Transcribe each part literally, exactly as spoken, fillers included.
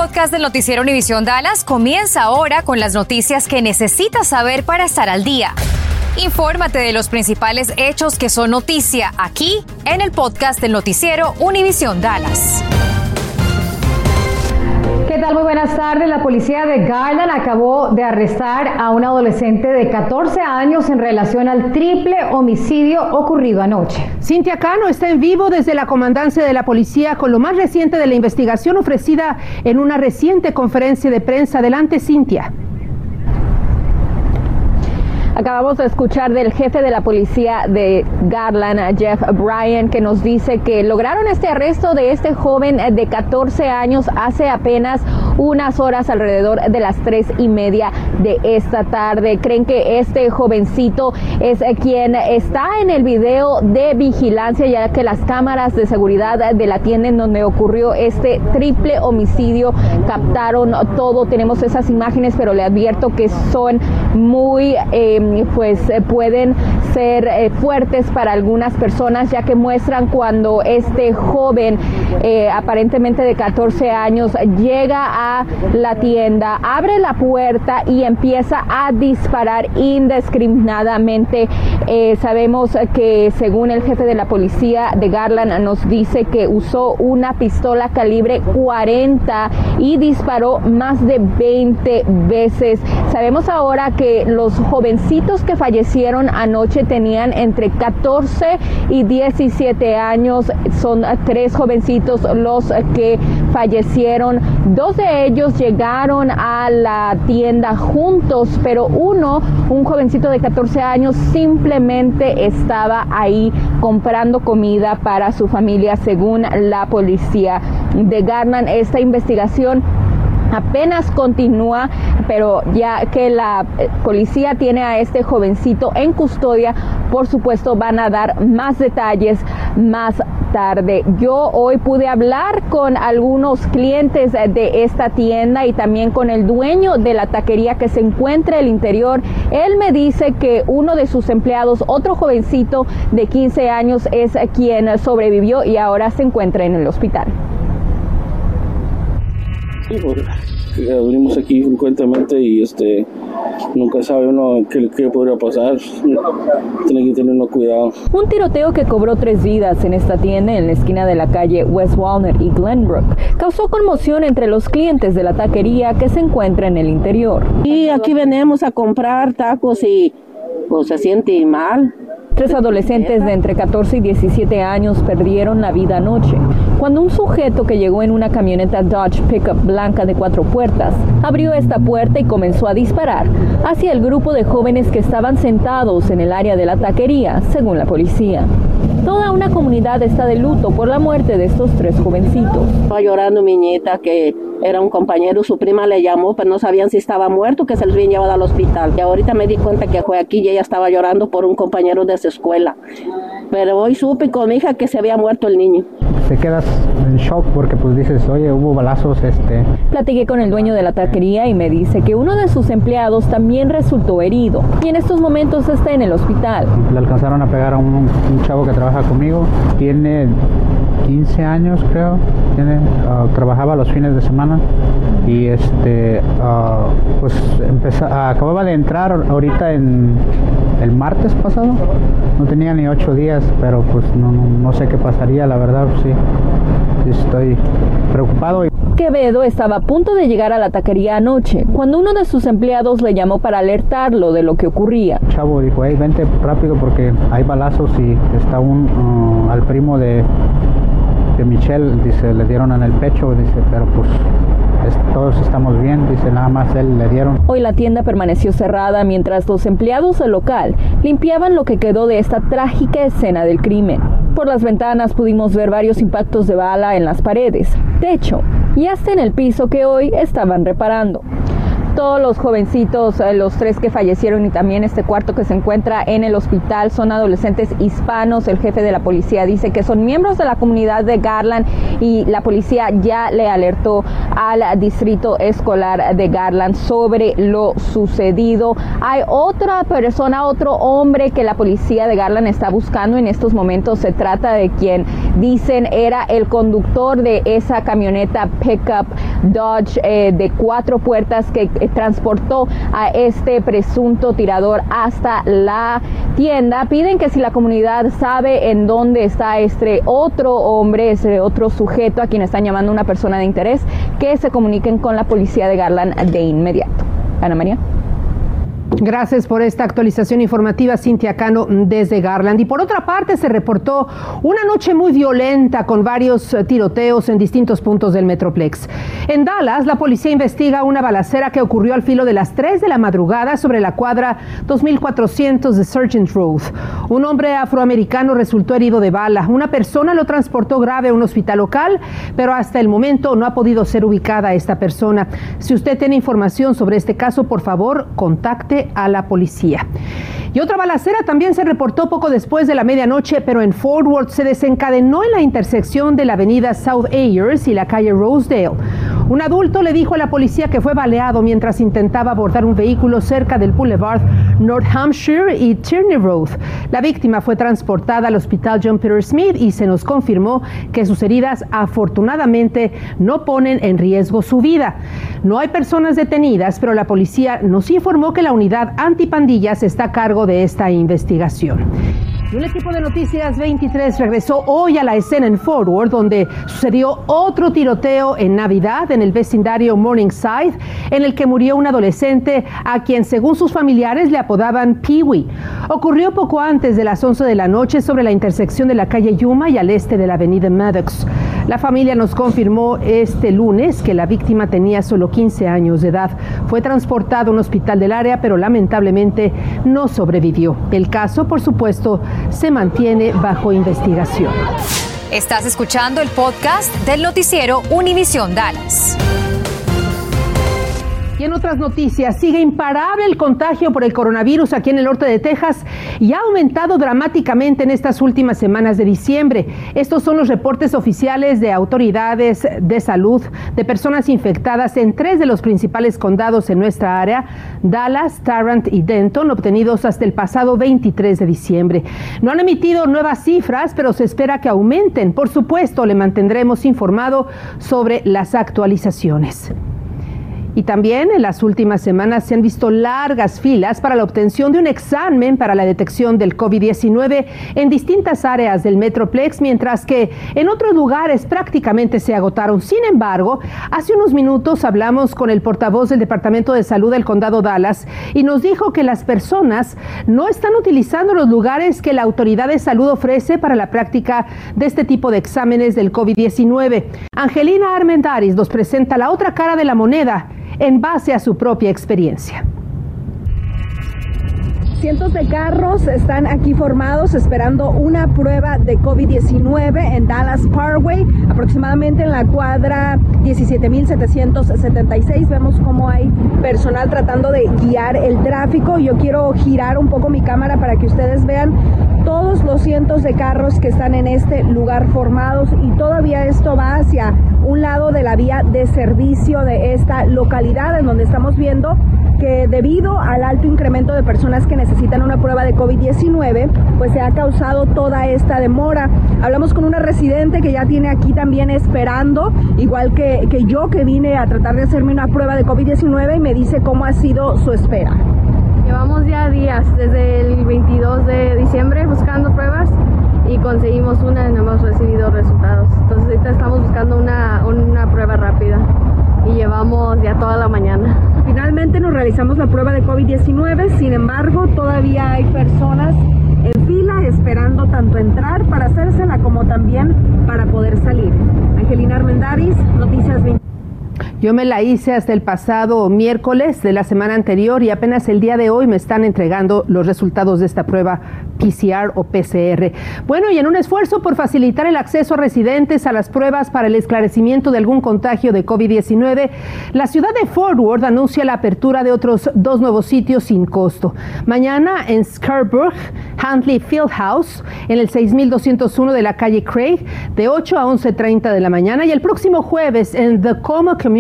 podcast del noticiero Univisión Dallas comienza ahora con las noticias que necesitas saber para estar al día. Infórmate de los principales hechos que son noticia aquí en el podcast del noticiero Univisión Dallas. ¿Qué tal? Muy buenas tardes. La policía de Garland acabó de arrestar a un adolescente de catorce años en relación al triple homicidio ocurrido anoche. Cintia Cano está en vivo desde la comandancia de la policía con lo más reciente de la investigación ofrecida en una reciente conferencia de prensa. Adelante, Cintia. Acabamos de escuchar del jefe de la policía de Garland, Jeff Bryan, que nos dice que lograron este arresto de este joven de catorce años hace apenas unas horas, alrededor de las tres y media de esta tarde. Creen que este jovencito es quien está en el video de vigilancia, ya que las cámaras de seguridad de la tienda en donde ocurrió este triple homicidio captaron todo. Tenemos esas imágenes, pero le advierto que son muy... Eh, pues eh, pueden ser eh, fuertes para algunas personas, ya que muestran cuando este joven eh, aparentemente de catorce años llega a la tienda, abre la puerta y empieza a disparar indiscriminadamente. Eh, sabemos que según el jefe de la policía de Garland nos dice que usó una pistola calibre cuarenta y disparó más de veinte veces. Sabemos ahora que los jovencitos que fallecieron anoche tenían entre catorce y diecisiete años. Son tres jovencitos los que fallecieron. Dos de ellos llegaron a la tienda juntos, pero uno, un jovencito de catorce años, simplemente estaba ahí comprando comida para su familia, según la policía de Garland. Esta investigación apenas continúa, pero ya que la policía tiene a este jovencito en custodia, por supuesto van a dar más detalles más tarde. Yo hoy pude hablar con algunos clientes de esta tienda y también con el dueño de la taquería que se encuentra en el interior. Él me dice que uno de sus empleados, otro jovencito de quince años, es quien sobrevivió y ahora se encuentra en el hospital. Venimos aquí frecuentemente y este nunca sabe uno qué, qué podría pasar. Tiene que tener uno cuidado. Un tiroteo que cobró tres vidas en esta tienda en la esquina de la calle West Walnut y Glenbrook causó conmoción entre los clientes de la taquería que se encuentra en el interior. Y aquí venimos a comprar tacos y pues se siente mal. Tres adolescentes de entre catorce y diecisiete años perdieron la vida anoche, cuando un sujeto que llegó en una camioneta Dodge Pickup blanca de cuatro puertas abrió esta puerta y comenzó a disparar hacia el grupo de jóvenes que estaban sentados en el área de la taquería, según la policía. Toda una comunidad está de luto por la muerte de estos tres jovencitos. Estaba llorando mi nieta, que era un compañero, su prima le llamó, pero no sabían si estaba muerto, que se les habían llevado al hospital. Y ahorita me di cuenta que fue aquí y ella estaba llorando por un compañero de su escuela. Pero hoy supe con mi hija que se había muerto el niño. Te quedas en shock porque pues dices, oye, hubo balazos, este... Platiqué con el dueño de la taquería y me dice que uno de sus empleados también resultó herido y en estos momentos está en el hospital. Le alcanzaron a pegar a un, un chavo que trabaja conmigo, tiene quince años creo, tiene, uh, trabajaba los fines de semana y este, uh, pues empezó, uh, acababa de entrar ahorita en el martes pasado, no tenía ni ocho días, pero pues no, no, no sé qué pasaría, la verdad, sí, estoy preocupado. Quevedo estaba a punto de llegar a la taquería anoche, cuando uno de sus empleados le llamó para alertarlo de lo que ocurría. El chavo dijo, hey, vente rápido porque hay balazos y está un, uh, al primo de, de Michelle, dice, le dieron en el pecho, dice, pero pues es, todos estamos bien, dice, nada más él le dieron. Hoy la tienda permaneció cerrada mientras los empleados del local limpiaban lo que quedó de esta trágica escena del crimen. Por las ventanas pudimos ver varios impactos de bala en las paredes, techo y hasta en el piso que hoy estaban reparando. Todos los jovencitos, los tres que fallecieron y también este cuarto que se encuentra en el hospital son adolescentes hispanos. El jefe de la policía dice que son miembros de la comunidad de Garland y la policía ya le alertó al distrito escolar de Garland sobre lo sucedido. Hay otra persona, otro hombre que la policía de Garland está buscando en estos momentos. Se trata de quien dicen era el conductor de esa camioneta pickup Dodge eh, de cuatro puertas que eh, transportó a este presunto tirador hasta la tienda. Piden que si la comunidad sabe en dónde está este otro hombre, ese otro sujeto a quien están llamando una persona de interés, que se comuniquen con la policía de Garland de inmediato. Ana María. Gracias por esta actualización informativa, Cintia Cano, desde Garland. Y por otra parte, se reportó una noche muy violenta con varios tiroteos en distintos puntos del Metroplex. En Dallas, la policía investiga una balacera que ocurrió al filo de las tres de la madrugada sobre la cuadra dos mil cuatrocientos de Sergeant Road. Un hombre afroamericano resultó herido de bala. Una persona lo transportó grave a un hospital local, pero hasta el momento no ha podido ser ubicada esta persona. Si usted tiene información sobre este caso, por favor, contacte a la policía. Y otra balacera también se reportó poco después de la medianoche, pero en Fort Worth se desencadenó en la intersección de la avenida South Ayers y la calle Rosedale. Un adulto le dijo a la policía que fue baleado mientras intentaba abordar un vehículo cerca del Boulevard North Hampshire y Tierney Road. La víctima fue transportada al hospital John Peter Smith y se nos confirmó que sus heridas afortunadamente no ponen en riesgo su vida. No hay personas detenidas, pero la policía nos informó que la unidad antipandillas está a cargo de esta investigación. Un equipo de Noticias veintitrés regresó hoy a la escena en Fort Worth, donde sucedió otro tiroteo en Navidad en el vecindario Morningside, en el que murió un adolescente a quien, según sus familiares, le apodaban Pee-wee. Ocurrió poco antes de las once de la noche sobre la intersección de la calle Yuma y al este de la avenida Maddox. La familia nos confirmó este lunes que la víctima tenía solo quince años de edad. Fue transportado a un hospital del área, pero lamentablemente no sobrevivió. El caso, por supuesto, se mantiene bajo investigación. Estás escuchando el podcast del noticiero Univisión Dallas. Y en otras noticias, sigue imparable el contagio por el coronavirus aquí en el norte de Texas y ha aumentado dramáticamente en estas últimas semanas de diciembre. Estos son los reportes oficiales de autoridades de salud de personas infectadas en tres de los principales condados en nuestra área, Dallas, Tarrant y Denton, obtenidos hasta el pasado veintitrés de diciembre. No han emitido nuevas cifras, pero se espera que aumenten. Por supuesto, le mantendremos informado sobre las actualizaciones. Y también en las últimas semanas se han visto largas filas para la obtención de un examen para la detección del COVID diecinueve en distintas áreas del Metroplex, mientras que en otros lugares prácticamente se agotaron. Sin embargo, hace unos minutos hablamos con el portavoz del Departamento de Salud del Condado Dallas y nos dijo que las personas no están utilizando los lugares que la Autoridad de Salud ofrece para la práctica de este tipo de exámenes del COVID diecinueve. Angelina Armendáriz nos presenta la otra cara de la moneda en base a su propia experiencia. Cientos de carros están aquí formados esperando una prueba de COVID diecinueve en Dallas Parkway, aproximadamente en la cuadra diecisiete mil setecientos setenta y seis. Vemos cómo hay personal tratando de guiar el tráfico. Yo quiero girar un poco mi cámara para que ustedes vean todos los cientos de carros que están en este lugar formados, y todavía esto va hacia un lado de la vía de servicio de esta localidad, en donde estamos viendo que debido al alto incremento de personas que necesitan una prueba de COVID diecinueve, pues se ha causado toda esta demora. Hablamos con una residente que ya tiene aquí también esperando, igual que, que yo, que vine a tratar de hacerme una prueba de COVID diecinueve, y me dice cómo ha sido su espera. Llevamos ya días, desde el veintidós de diciembre, buscando pruebas y conseguimos una y no hemos recibido resultados. Entonces ahorita estamos buscando una, una prueba rápida y llevamos ya toda la mañana. Finalmente nos realizamos la prueba de COVID diecinueve, sin embargo todavía hay personas en fila esperando tanto entrar para hacérsela como también para poder salir. Angelina Armendáriz, Noticias veinte. Yo me la hice hasta el pasado miércoles de la semana anterior y apenas el día de hoy me están entregando los resultados de esta prueba P C R o P C R. Bueno, y en un esfuerzo por facilitar el acceso a residentes a las pruebas para el esclarecimiento de algún contagio de COVID diecinueve, la ciudad de Fort Worth anuncia la apertura de otros dos nuevos sitios sin costo. Mañana en Scarborough, Huntley Fieldhouse, en el seis mil doscientos uno de la calle Craig, de ocho a once treinta de la mañana, y el próximo jueves en The Como Community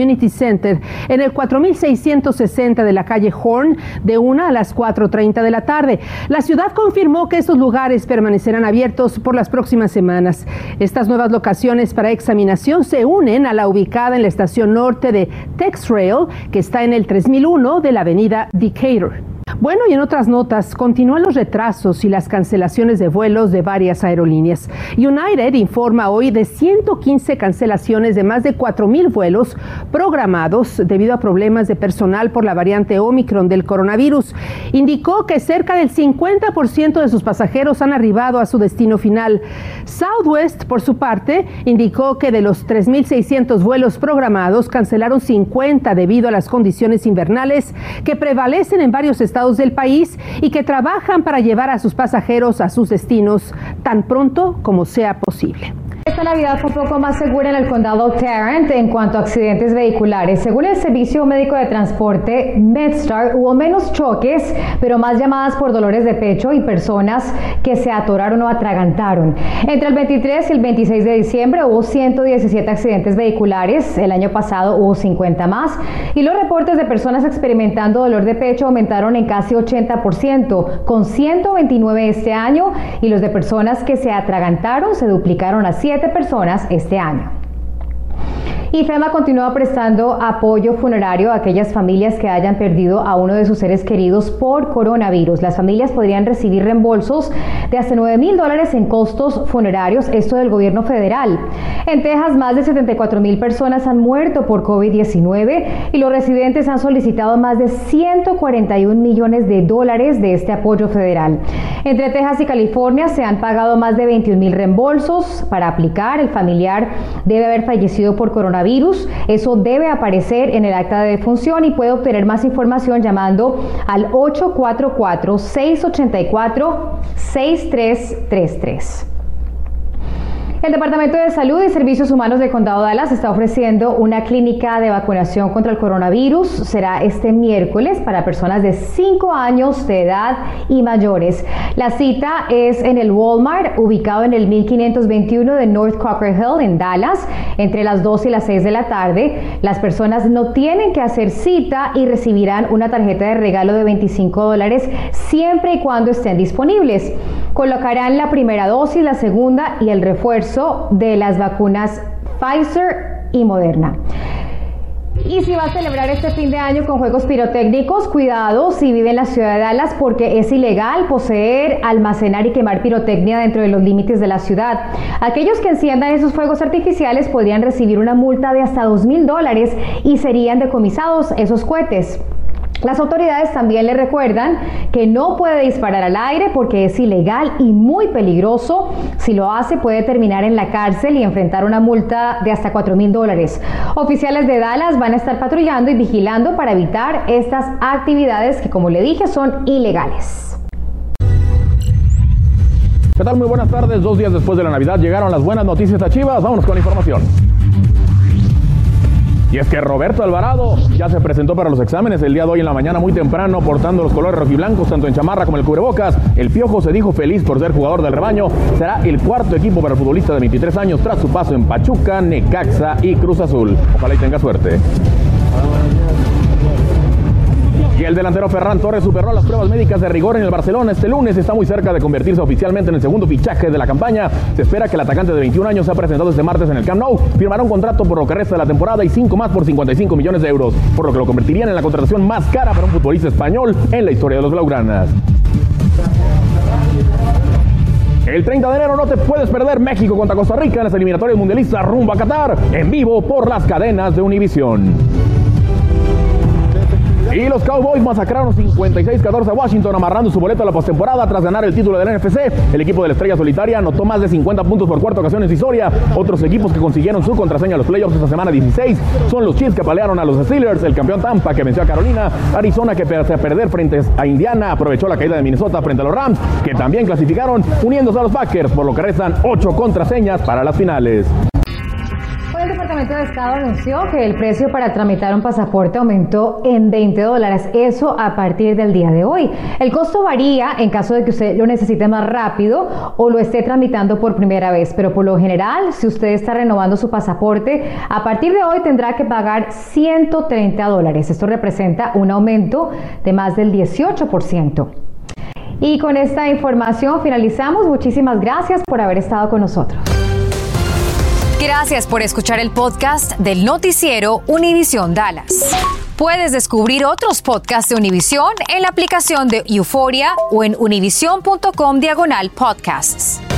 Community Center en el cuatro mil seiscientos sesenta de la calle Horn de una a las cuatro treinta de la tarde. La ciudad confirmó que estos lugares permanecerán abiertos por las próximas semanas. Estas nuevas locaciones para examinación se unen a la ubicada en la estación norte de TexRail, que está en el tres mil uno de la avenida Decatur. Bueno, y en otras notas, continúan los retrasos y las cancelaciones de vuelos de varias aerolíneas. United informa hoy de ciento quince cancelaciones de más de cuatro mil vuelos programados debido a problemas de personal por la variante Omicron del coronavirus. Indicó que cerca del cincuenta por ciento de sus pasajeros han arribado a su destino final. Southwest, por su parte, indicó que de los tres mil seiscientos vuelos programados, cancelaron cincuenta debido a las condiciones invernales que prevalecen en varios estados estados del país y que trabajan para llevar a sus pasajeros a sus destinos tan pronto como sea posible. Esta Navidad fue un poco más segura en el condado Tarrant en cuanto a accidentes vehiculares. Según el Servicio Médico de Transporte MedStar, hubo menos choques, pero más llamadas por dolores de pecho y personas que se atoraron o atragantaron. Entre el veintitrés y el veintiséis de diciembre hubo ciento diecisiete accidentes vehiculares. El año pasado hubo cincuenta más. Y los reportes de personas experimentando dolor de pecho aumentaron en casi ochenta por ciento, con ciento veintinueve este año. Y los de personas que se atragantaron se duplicaron a siete personas este año. Y FEMA continúa prestando apoyo funerario a aquellas familias que hayan perdido a uno de sus seres queridos por coronavirus. Las familias podrían recibir reembolsos de hasta nueve mil dólares en costos funerarios, esto del gobierno federal. En Texas, más de setenta y cuatro mil personas han muerto por COVID diecinueve y los residentes han solicitado más de ciento cuarenta y un millones de dólares de este apoyo federal. Entre Texas y California se han pagado más de veintiún mil reembolsos. Para aplicar, el familiar debe haber fallecido por coronavirus. Eso debe aparecer en el acta de defunción y puede obtener más información llamando al ocho cuatro cuatro, seis ocho cuatro, seis tres tres tres. El Departamento de Salud y Servicios Humanos del Condado de Dallas está ofreciendo una clínica de vacunación contra el coronavirus. Será este miércoles para personas de cinco años de edad y mayores. La cita es en el Walmart, ubicado en el mil quinientos veintiuno de North Cocker Hill en Dallas, entre las dos y las seis de la tarde. Las personas no tienen que hacer cita y recibirán una tarjeta de regalo de veinticinco dólares siempre y cuando estén disponibles. Colocarán la primera dosis, la segunda y el refuerzo de las vacunas Pfizer y Moderna. Y si va a celebrar este fin de año con juegos pirotécnicos, cuidado si vive en la ciudad de Dallas, porque es ilegal poseer, almacenar y quemar pirotecnia dentro de los límites de la ciudad. Aquellos que enciendan esos fuegos artificiales podrían recibir una multa de hasta dos mil dólares y serían decomisados esos cohetes. Las autoridades también le recuerdan que no puede disparar al aire porque es ilegal y muy peligroso. Si lo hace, puede terminar en la cárcel y enfrentar una multa de hasta cuatro mil dólares. Oficiales de Dallas van a estar patrullando y vigilando para evitar estas actividades que, como le dije, son ilegales. ¿Qué tal? Muy buenas tardes. Dos días después de la Navidad llegaron las buenas noticias a Chivas. Vámonos con la información. Y es que Roberto Alvarado ya se presentó para los exámenes el día de hoy en la mañana muy temprano, portando los colores rojiblancos tanto en chamarra como en el cubrebocas. El Piojo se dijo feliz por ser jugador del rebaño. Será el cuarto equipo para el futbolista de veintitrés años tras su paso en Pachuca, Necaxa y Cruz Azul. Ojalá y tenga suerte. Y el delantero Ferran Torres superó las pruebas médicas de rigor en el Barcelona este lunes. Está muy cerca de convertirse oficialmente en el segundo fichaje de la campaña. Se espera que el atacante de veintiún años sea presentado este martes en el Camp Nou. Firmará un contrato por lo que resta de la temporada y cinco más por cincuenta y cinco millones de euros, por lo que lo convertirían en la contratación más cara para un futbolista español en la historia de los blaugranas. El treinta de enero no te puedes perder México contra Costa Rica en las eliminatorias mundialistas rumbo a Qatar, en vivo por las cadenas de Univisión. Y los Cowboys masacraron cincuenta y seis a catorce a Washington, amarrando su boleto a la postemporada tras ganar el título del N F C. El equipo de la Estrella Solitaria anotó más de cincuenta puntos por cuarta ocasión en su historia. Otros equipos que consiguieron su contraseña a los playoffs esta semana dieciséis son los Chiefs, que apalearon a los Steelers, el campeón Tampa, que venció a Carolina, Arizona, que pese a perder frente a Indiana aprovechó la caída de Minnesota frente a los Rams, que también clasificaron uniéndose a los Packers, por lo que restan ocho contraseñas para las finales. el Departamento de Estado anunció que el precio para tramitar un pasaporte aumentó en veinte dólares, eso a partir del día de hoy. El costo varía en caso de que usted lo necesite más rápido o lo esté tramitando por primera vez, pero por lo general, si usted está renovando su pasaporte, a partir de hoy tendrá que pagar ciento treinta dólares. Esto representa un aumento de más del dieciocho por ciento. Y con esta información finalizamos. Muchísimas gracias por haber estado con nosotros. Gracias por escuchar el podcast del noticiero Univisión Dallas. Puedes descubrir otros podcasts de Univisión en la aplicación de Euforia o en univision punto com diagonal podcasts.